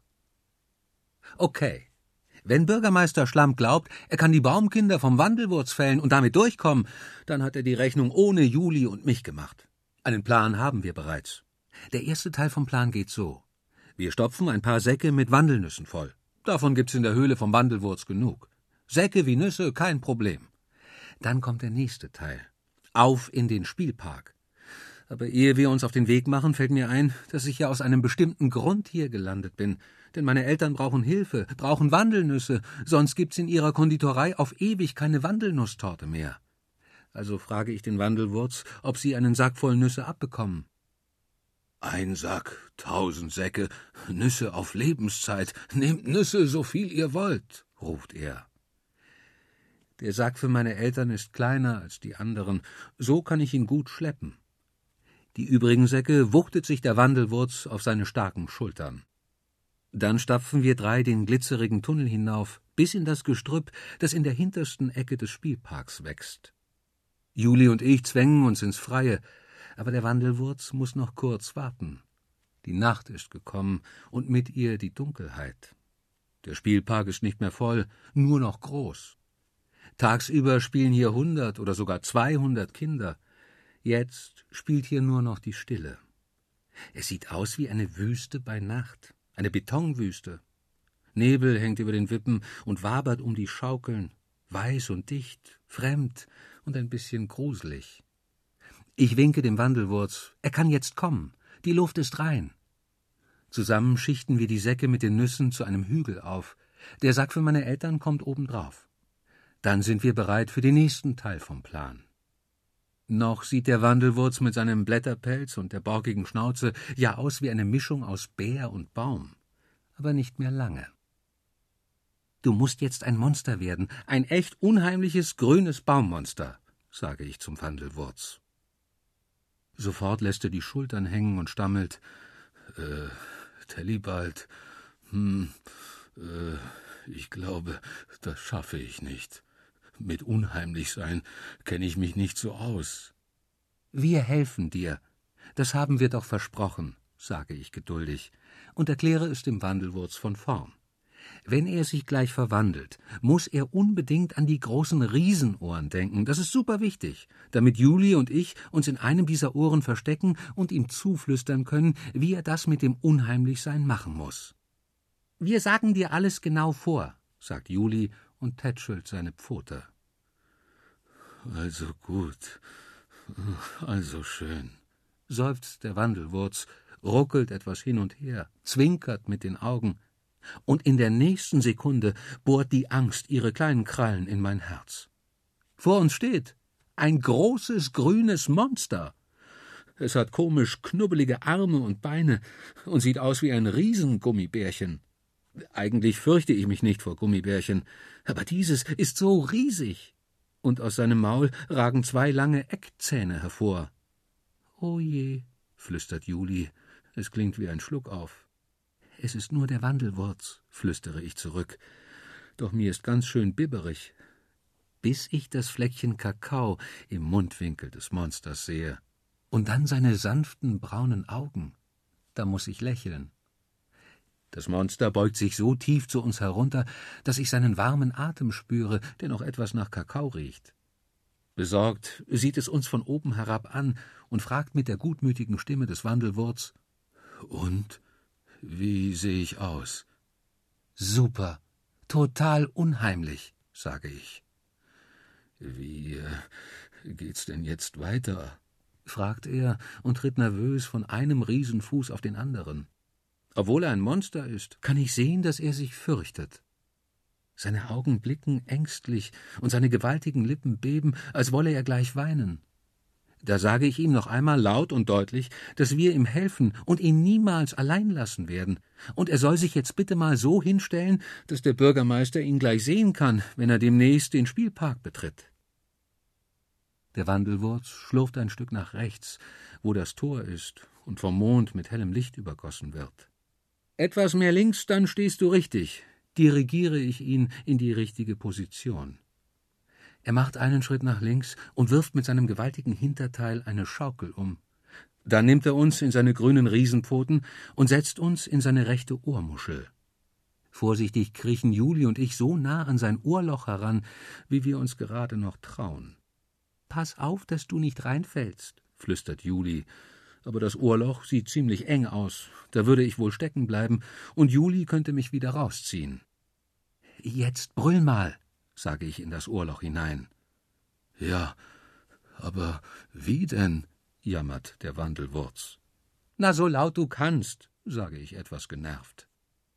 Okay, wenn Bürgermeister Schlamm glaubt, er kann die Baumkinder vom Wandelwurz fällen und damit durchkommen, dann hat er die Rechnung ohne Juli und mich gemacht. Einen Plan haben wir bereits. Der erste Teil vom Plan geht so. Wir stopfen ein paar Säcke mit Wandelnüssen voll. Davon gibt's in der Höhle vom Wandelwurz genug. Säcke wie Nüsse, kein Problem. Dann kommt der nächste Teil. Auf in den Spielpark. Aber ehe wir uns auf den Weg machen, fällt mir ein, dass ich ja aus einem bestimmten Grund hier gelandet bin. Denn meine Eltern brauchen Hilfe, brauchen Wandelnüsse, sonst gibt's in ihrer Konditorei auf ewig keine Wandelnusstorte mehr. Also frage ich den Wandelwurz, ob sie einen Sack voll Nüsse abbekommen. »Ein Sack, tausend Säcke, Nüsse auf Lebenszeit, nehmt Nüsse, so viel ihr wollt«, ruft er. Der Sack für meine Eltern ist kleiner als die anderen, so kann ich ihn gut schleppen. Die übrigen Säcke wuchtet sich der Wandelwurz auf seine starken Schultern. Dann stapfen wir drei den glitzerigen Tunnel hinauf, bis in das Gestrüpp, das in der hintersten Ecke des Spielparks wächst. Juli und ich zwängen uns ins Freie, aber der Wandelwurz muss noch kurz warten. Die Nacht ist gekommen und mit ihr die Dunkelheit. Der Spielpark ist nicht mehr voll, nur noch groß. Tagsüber spielen hier hundert oder sogar zweihundert Kinder. Jetzt spielt hier nur noch die Stille. Es sieht aus wie eine Wüste bei Nacht, eine Betonwüste. Nebel hängt über den Wippen und wabert um die Schaukeln, weiß und dicht, fremd und ein bisschen gruselig. Ich winke dem Wandelwurz, er kann jetzt kommen, die Luft ist rein. Zusammen schichten wir die Säcke mit den Nüssen zu einem Hügel auf. Der Sack für meine Eltern kommt obendrauf. Dann sind wir bereit für den nächsten Teil vom Plan. Noch sieht der Wandelwurz mit seinem Blätterpelz und der borkigen Schnauze ja aus wie eine Mischung aus Bär und Baum. Aber nicht mehr lange. »Du musst jetzt ein Monster werden, ein echt unheimliches, grünes Baummonster«, sage ich zum Wandelwurz. Sofort lässt er die Schultern hängen und stammelt, »Äh, Tellibald, hm, äh, ich glaube, das schaffe ich nicht. Mit Unheimlichsein kenne ich mich nicht so aus.« »Wir helfen dir. Das haben wir doch versprochen«, sage ich geduldig und erkläre es dem Wandelwurz von vorn. Wenn er sich gleich verwandelt, muss er unbedingt an die großen Riesenohren denken. Das ist super wichtig, damit Juli und ich uns in einem dieser Ohren verstecken und ihm zuflüstern können, wie er das mit dem Unheimlichsein machen muss. »Wir sagen dir alles genau vor«, sagt Juli und tätschelt seine Pfote. »Also gut, Also schön, seufzt der Wandelwurz, ruckelt etwas hin und her, zwinkert mit den Augen, und in der nächsten Sekunde bohrt die Angst ihre kleinen Krallen in mein Herz. Vor uns steht ein großes grünes Monster. Es hat komisch knubbelige Arme und Beine und sieht aus wie ein Riesengummibärchen. Eigentlich fürchte ich mich nicht vor Gummibärchen, aber dieses ist so riesig. Und aus seinem Maul ragen zwei lange Eckzähne hervor. »O je«, flüstert Juli, es klingt wie ein Schluckauf. »Es ist nur der Wandelwurz«, flüstere ich zurück, doch mir ist ganz schön bibberig, bis ich das Fleckchen Kakao im Mundwinkel des Monsters sehe. Und dann seine sanften, braunen Augen. Da muss ich lächeln. Das Monster beugt sich so tief zu uns herunter, dass ich seinen warmen Atem spüre, der noch etwas nach Kakao riecht. Besorgt sieht es uns von oben herab an und fragt mit der gutmütigen Stimme des Wandelwurz: »Und? Wie sehe ich aus?« »Super, total unheimlich«, sage ich. »Wie äh, geht's denn jetzt weiter?« fragt er und tritt nervös von einem Riesenfuß auf den anderen. Obwohl er ein Monster ist, kann ich sehen, dass er sich fürchtet. Seine Augen blicken ängstlich und seine gewaltigen Lippen beben, als wolle er gleich weinen. Da sage ich ihm noch einmal laut und deutlich, dass wir ihm helfen und ihn niemals allein lassen werden, und er soll sich jetzt bitte mal so hinstellen, dass der Bürgermeister ihn gleich sehen kann, wenn er demnächst den Spielpark betritt. Der Wandelwurz schlurft ein Stück nach rechts, wo das Tor ist und vom Mond mit hellem Licht übergossen wird. »Etwas mehr links, dann stehst du richtig«, dirigiere ich ihn in die richtige Position. Er macht einen Schritt nach links und wirft mit seinem gewaltigen Hinterteil eine Schaukel um. Dann nimmt er uns in seine grünen Riesenpfoten und setzt uns in seine rechte Ohrmuschel. Vorsichtig kriechen Juli und ich so nah an sein Ohrloch heran, wie wir uns gerade noch trauen. »Pass auf, dass du nicht reinfällst«, flüstert Juli. Aber das Ohrloch sieht ziemlich eng aus, da würde ich wohl stecken bleiben, und Juli könnte mich wieder rausziehen. »Jetzt brüll mal«, sage ich in das Ohrloch hinein. »Ja, aber wie denn?«, jammert der Wandelwurz. »Na, so laut du kannst«, sage ich etwas genervt.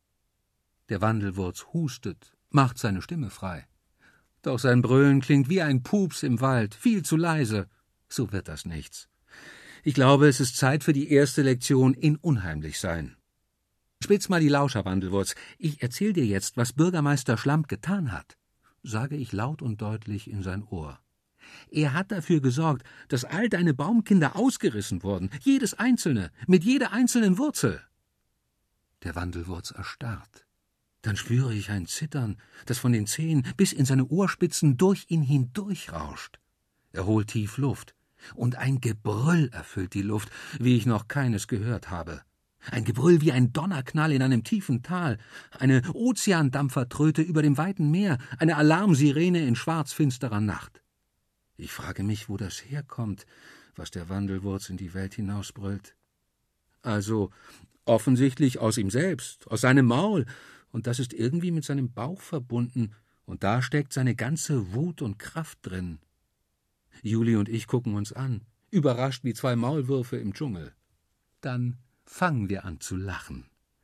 Der Wandelwurz hustet, macht seine Stimme frei. Doch sein Brüllen klingt wie ein Pups im Wald, viel zu leise. So wird das nichts. Ich glaube, es ist Zeit für die erste Lektion in Unheimlichsein. Spitz mal die Lauscher, Wandelwurz. Ich erzähl dir jetzt, was Bürgermeister Schlamp getan hat, sage ich laut und deutlich in sein Ohr. Er hat dafür gesorgt, dass all deine Baumkinder ausgerissen wurden, jedes einzelne, mit jeder einzelnen Wurzel. Der Wandelwurz erstarrt. Dann spüre ich ein Zittern, das von den Zehen bis in seine Ohrspitzen durch ihn hindurchrauscht. Er holt tief Luft, und ein Gebrüll erfüllt die Luft, wie ich noch keines gehört habe. Ein Gebrüll wie ein Donnerknall in einem tiefen Tal, eine Ozeandampfertröte über dem weiten Meer, eine Alarmsirene in schwarzfinsterer Nacht. Ich frage mich, wo das herkommt, was der Wandelwurz in die Welt hinausbrüllt. Also offensichtlich aus ihm selbst, aus seinem Maul, und das ist irgendwie mit seinem Bauch verbunden, und da steckt seine ganze Wut und Kraft drin. Juli und ich gucken uns an, überrascht wie zwei Maulwürfe im Dschungel. Dann fangen wir an zu lachen.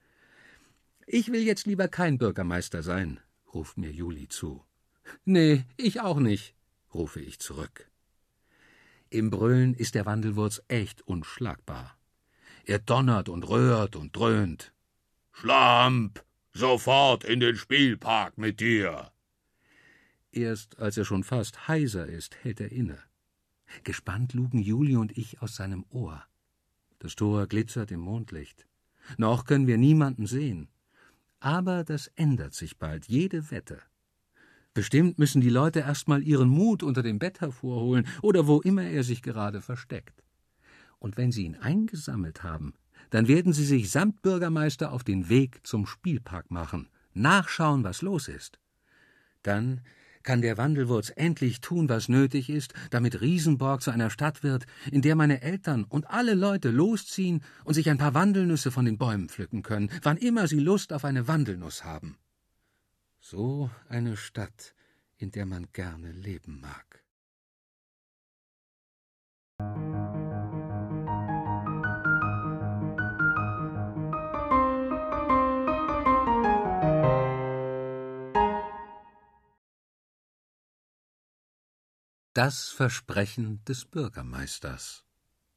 »Ich will jetzt lieber kein Bürgermeister sein«, ruft mir Juli zu. »Nee, ich auch nicht«, rufe ich zurück. Im Brüllen ist der Wandelwurz echt unschlagbar. Er donnert und röhrt und dröhnt. »Schlamp! Sofort in den Spielpark mit dir!« Erst als er schon fast heiser ist, hält er inne. Gespannt lugen Juli und ich aus seinem Ohr. Das Tor glitzert im Mondlicht. Noch können wir niemanden sehen. Aber das ändert sich bald, jede Wette. Bestimmt müssen die Leute erst mal ihren Mut unter dem Bett hervorholen oder wo immer er sich gerade versteckt. Und wenn sie ihn eingesammelt haben, dann werden sie sich samt Bürgermeister auf den Weg zum Spielpark machen, nachschauen, was los ist. Dann kann der Wandelwurz endlich tun, was nötig ist, damit Riesenborg zu einer Stadt wird, in der meine Eltern und alle Leute losziehen und sich ein paar Wandelnüsse von den Bäumen pflücken können, wann immer sie Lust auf eine Wandelnuss haben. So eine Stadt, in der man gerne leben mag. Das Versprechen des Bürgermeisters.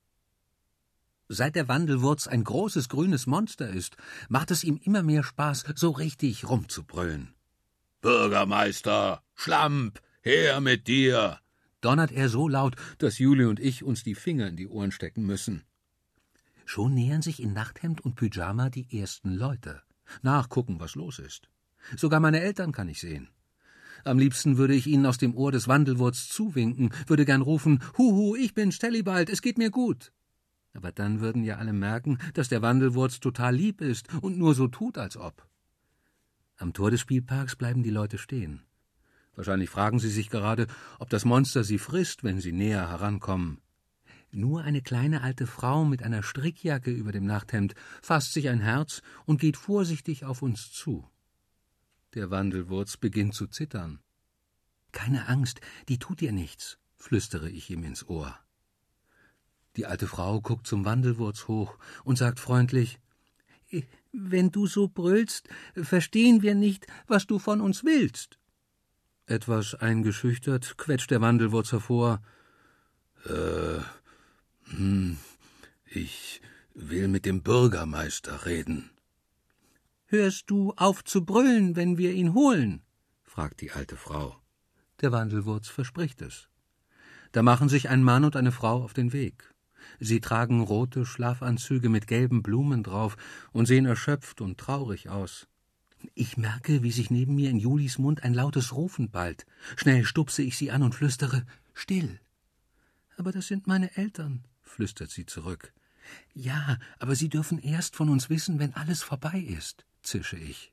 Seit der Wandelwurz ein großes grünes Monster ist, macht es ihm immer mehr Spaß, so richtig rumzubrüllen. »Bürgermeister, Schlamp, her mit dir!« donnert er so laut, dass Juli und ich uns die Finger in die Ohren stecken müssen. Schon nähern sich in Nachthemd und Pyjama die ersten Leute. Nachgucken, was los ist. Sogar meine Eltern kann ich sehen. Am liebsten würde ich ihnen aus dem Ohr des Wandelwurz zuwinken, würde gern rufen, »Huhu, ich bin's, Tellibald, es geht mir gut.« Aber dann würden ja alle merken, dass der Wandelwurz total lieb ist und nur so tut, als ob. Am Tor des Spielparks bleiben die Leute stehen. Wahrscheinlich fragen sie sich gerade, ob das Monster sie frisst, wenn sie näher herankommen. Nur eine kleine alte Frau mit einer Strickjacke über dem Nachthemd fasst sich ein Herz und geht vorsichtig auf uns zu. Der Wandelwurz beginnt zu zittern. »Keine Angst, die tut dir nichts«, flüstere ich ihm ins Ohr. Die alte Frau guckt zum Wandelwurz hoch und sagt freundlich, »Wenn du so brüllst, verstehen wir nicht, was du von uns willst.« Etwas eingeschüchtert quetscht der Wandelwurz hervor, »Äh, hm, ich will mit dem Bürgermeister reden.« »Hörst du auf zu brüllen, wenn wir ihn holen?« fragt die alte Frau. Der Wandelwurz verspricht es. Da machen sich ein Mann und eine Frau auf den Weg. Sie tragen rote Schlafanzüge mit gelben Blumen drauf und sehen erschöpft und traurig aus. Ich merke, wie sich neben mir in Julis Mund ein lautes Rufen ballt. Schnell stupse ich sie an und flüstere, »Still!« »Aber das sind meine Eltern«, flüstert sie zurück. »Ja, aber sie dürfen erst von uns wissen, wenn alles vorbei ist«, zische ich.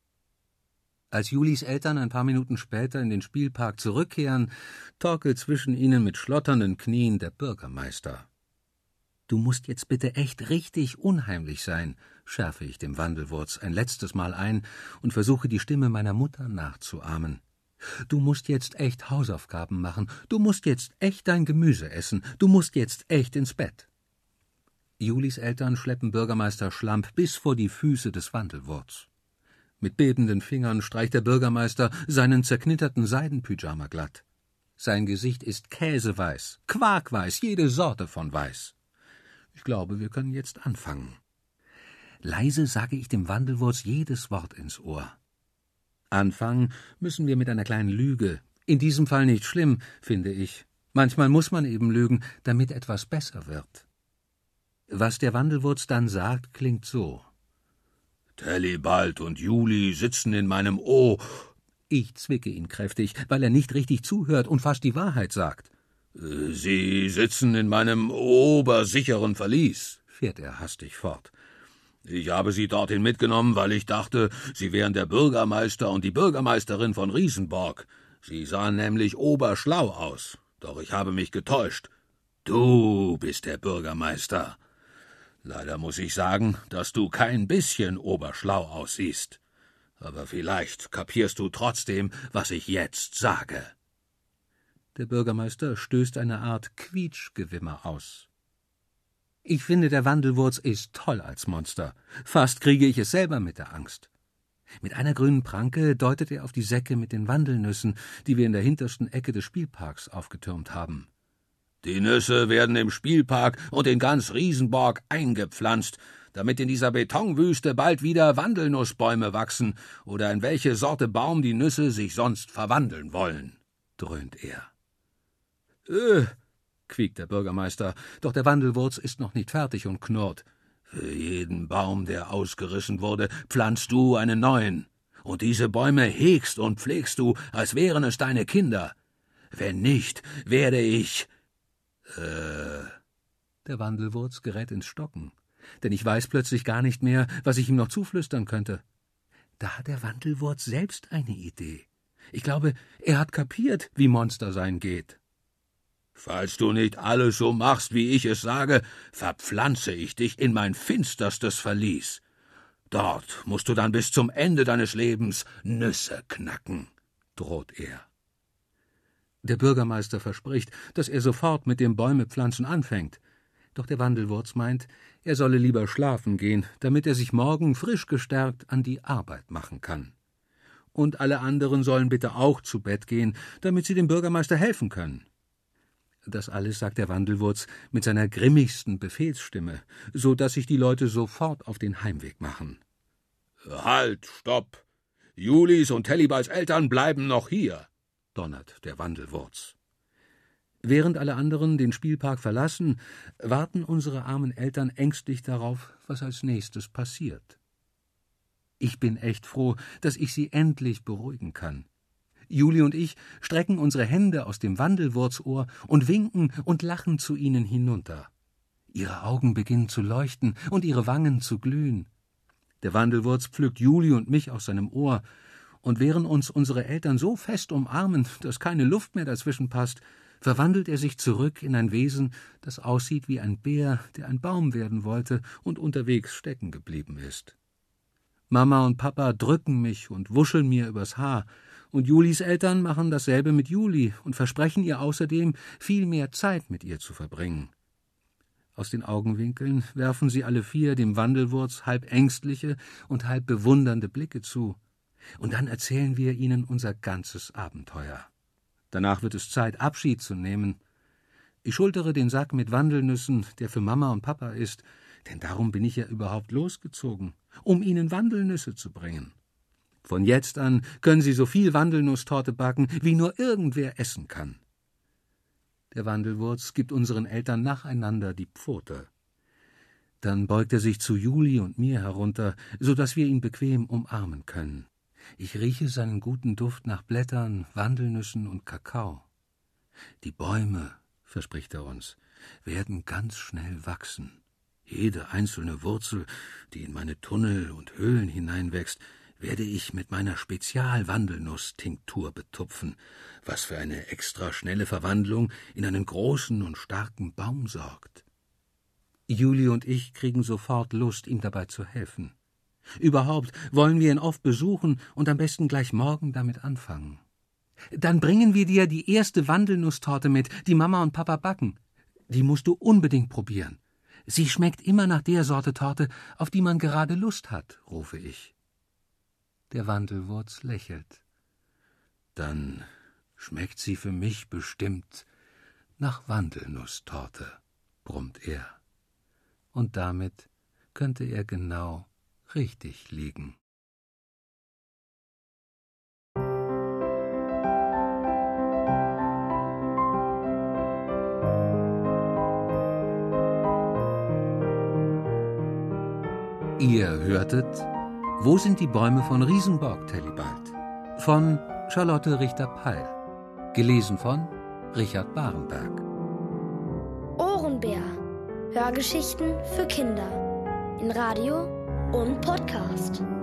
Als Julis Eltern ein paar Minuten später in den Spielpark zurückkehren, torkelt zwischen ihnen mit schlotternden Knien der Bürgermeister. »Du musst jetzt bitte echt richtig unheimlich sein«, schärfe ich dem Wandelwurz ein letztes Mal ein und versuche die Stimme meiner Mutter nachzuahmen. »Du musst jetzt echt Hausaufgaben machen, du musst jetzt echt dein Gemüse essen, du musst jetzt echt ins Bett.« Julis Eltern schleppen Bürgermeister Schlamp bis vor die Füße des Wandelwurz. Mit bebenden Fingern streicht der Bürgermeister seinen zerknitterten Seidenpyjama glatt. Sein Gesicht ist käseweiß, quarkweiß, jede Sorte von weiß. Ich glaube, wir können jetzt anfangen. Leise sage ich dem Wandelwurz jedes Wort ins Ohr. Anfangen müssen wir mit einer kleinen Lüge. In diesem Fall nicht schlimm, finde ich. Manchmal muss man eben lügen, damit etwas besser wird. Was der Wandelwurz dann sagt, klingt so. »Tellibald und Juli sitzen in meinem O...« Ich zwicke ihn kräftig, weil er nicht richtig zuhört und fast die Wahrheit sagt. »Sie sitzen in meinem obersicheren Verlies«, fährt er hastig fort. »Ich habe Sie dorthin mitgenommen, weil ich dachte, Sie wären der Bürgermeister und die Bürgermeisterin von Riesenborg. Sie sahen nämlich oberschlau aus, doch ich habe mich getäuscht. Du bist der Bürgermeister. Leider muss ich sagen, dass du kein bisschen oberschlau aussiehst. Aber vielleicht kapierst du trotzdem, was ich jetzt sage.« Der Bürgermeister stößt eine Art Quietschgewimmer aus. Ich finde, der Wandelwurz ist toll als Monster. Fast kriege ich es selber mit der Angst. Mit einer grünen Pranke deutet er auf die Säcke mit den Wandelnüssen, die wir in der hintersten Ecke des Spielparks aufgetürmt haben. »Die Nüsse werden im Spielpark und in ganz Riesenborg eingepflanzt, damit in dieser Betonwüste bald wieder Wandelnussbäume wachsen oder in welche Sorte Baum die Nüsse sich sonst verwandeln wollen«, dröhnt er. Äh, quiekt der Bürgermeister, doch der Wandelwurz ist noch nicht fertig und knurrt. »Für jeden Baum, der ausgerissen wurde, pflanzt du einen neuen. Und diese Bäume hegst und pflegst du, als wären es deine Kinder. Wenn nicht, werde ich...« Äh. Der Wandelwurz gerät ins Stocken, denn ich weiß plötzlich gar nicht mehr, was ich ihm noch zuflüstern könnte. Da hat der Wandelwurz selbst eine Idee. Ich glaube, er hat kapiert, wie Monstersein geht. »Falls du nicht alles so machst, wie ich es sage, verpflanze ich dich in mein finsterstes Verlies. Dort musst du dann bis zum Ende deines Lebens Nüsse knacken«, droht er. Der Bürgermeister verspricht, dass er sofort mit dem Bäumepflanzen anfängt. Doch der Wandelwurz meint, er solle lieber schlafen gehen, damit er sich morgen frisch gestärkt an die Arbeit machen kann. Und alle anderen sollen bitte auch zu Bett gehen, damit sie dem Bürgermeister helfen können. Das alles sagt der Wandelwurz mit seiner grimmigsten Befehlsstimme, so dass sich die Leute sofort auf den Heimweg machen. »Halt, stopp! Julis und Tellibalds Eltern bleiben noch hier«, donnert der Wandelwurz. Während alle anderen den Spielpark verlassen, warten unsere armen Eltern ängstlich darauf, was als nächstes passiert. Ich bin echt froh, dass ich sie endlich beruhigen kann. Juli und ich strecken unsere Hände aus dem Wandelwurzohr und winken und lachen zu ihnen hinunter. Ihre Augen beginnen zu leuchten und ihre Wangen zu glühen. Der Wandelwurz pflückt Juli und mich aus seinem Ohr, und während uns unsere Eltern so fest umarmen, dass keine Luft mehr dazwischen passt, verwandelt er sich zurück in ein Wesen, das aussieht wie ein Bär, der ein Baum werden wollte und unterwegs stecken geblieben ist. Mama und Papa drücken mich und wuscheln mir übers Haar, und Julis Eltern machen dasselbe mit Juli und versprechen ihr außerdem, viel mehr Zeit mit ihr zu verbringen. Aus den Augenwinkeln werfen sie alle vier dem Wandelwurz halb ängstliche und halb bewundernde Blicke zu, und dann erzählen wir ihnen unser ganzes Abenteuer. Danach wird es Zeit, Abschied zu nehmen. Ich schultere den Sack mit Wandelnüssen, der für Mama und Papa ist, denn darum bin ich ja überhaupt losgezogen, um ihnen Wandelnüsse zu bringen. Von jetzt an können sie so viel Wandelnusstorte backen, wie nur irgendwer essen kann. Der Wandelwurz gibt unseren Eltern nacheinander die Pfote. Dann beugt er sich zu Juli und mir herunter, so dass wir ihn bequem umarmen können. Ich rieche seinen guten Duft nach Blättern, Wandelnüssen und Kakao. Die Bäume, verspricht er uns, werden ganz schnell wachsen. Jede einzelne Wurzel, die in meine Tunnel und Höhlen hineinwächst, werde ich mit meiner Spezial-Wandelnuss-Tinktur betupfen, was für eine extra schnelle Verwandlung in einen großen und starken Baum sorgt. Juli und ich kriegen sofort Lust, ihm dabei zu helfen. Überhaupt wollen wir ihn oft besuchen und am besten gleich morgen damit anfangen. Dann bringen wir dir die erste Wandelnusstorte mit, die Mama und Papa backen. Die musst du unbedingt probieren. Sie schmeckt immer nach der Sorte Torte, auf die man gerade Lust hat, rufe ich. Der Wandelwurz lächelt. Dann schmeckt sie für mich bestimmt nach Wandelnusstorte, brummt er. Und damit könnte er genau richtig liegen. Ihr hörtet »Wo sind die Bäume von Riesenborg, Tellibald?« von Charlotte Richter-Peil. Gelesen von Richard Barenberg. Ohrenbär. Hörgeschichten für Kinder. In Radio und Podcast.